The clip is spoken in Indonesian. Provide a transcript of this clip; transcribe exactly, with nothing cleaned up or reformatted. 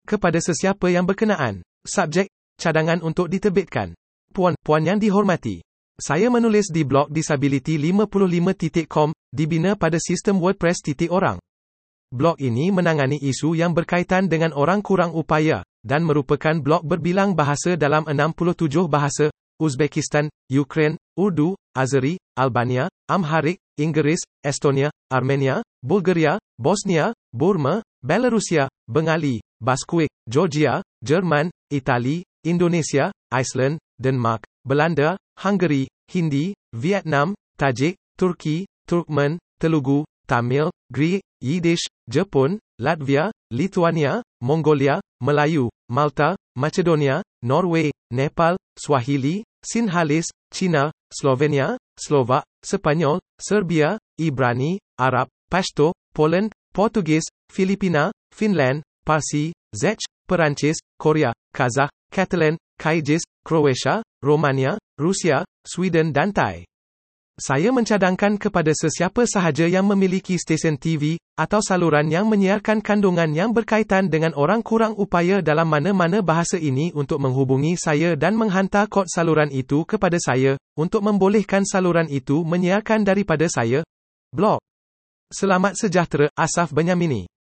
kepada sesiapa yang berkenaan. Subjek, cadangan untuk diterbitkan. Puan-puan yang dihormati. Saya menulis di blog disability lima puluh lima titik com, dibina pada sistem WordPress titik orang. Blog ini menangani isu yang berkaitan dengan orang kurang upaya, dan merupakan blog berbilang bahasa dalam enam puluh tujuh bahasa, Uzbekistan, Ukraine, Urdu, Azeri, Albania, Amharic, Inggeris, Estonia, Armenia, Bulgaria, Bosnia, Burma, Belarusia, Bengali, Basque, Georgia, Jerman, Itali, Indonesia, Iceland, Denmark, Belanda, Hungary, Hindi, Vietnam, Tajik, Turki, Turkmen, Telugu, Tamil, Greek, Yiddish, Jepun, Latvia, Lithuania, Mongolia, Melayu, Malta, Macedonia, Norway, Nepal, Swahili, Sinhalese, Cina, Slovenia, Slovak, Sepanyol, Serbia, Ibrani, Arab, Pashto, Poland, Portugis, Filipina, Finland, Parsi, Czech, Perancis, Korea, Kazakh, Catalan, Kyrgyz, Croatia, Romania, Rusia, Sweden dan Thai. Saya mencadangkan kepada sesiapa sahaja yang memiliki stesen T V, atau saluran yang menyiarkan kandungan yang berkaitan dengan orang kurang upaya dalam mana-mana bahasa ini untuk menghubungi saya dan menghantar kod saluran itu kepada saya, untuk membolehkan saluran itu menyiarkan daripada saya. Blog. Selamat sejahtera, Asaf Benyamini.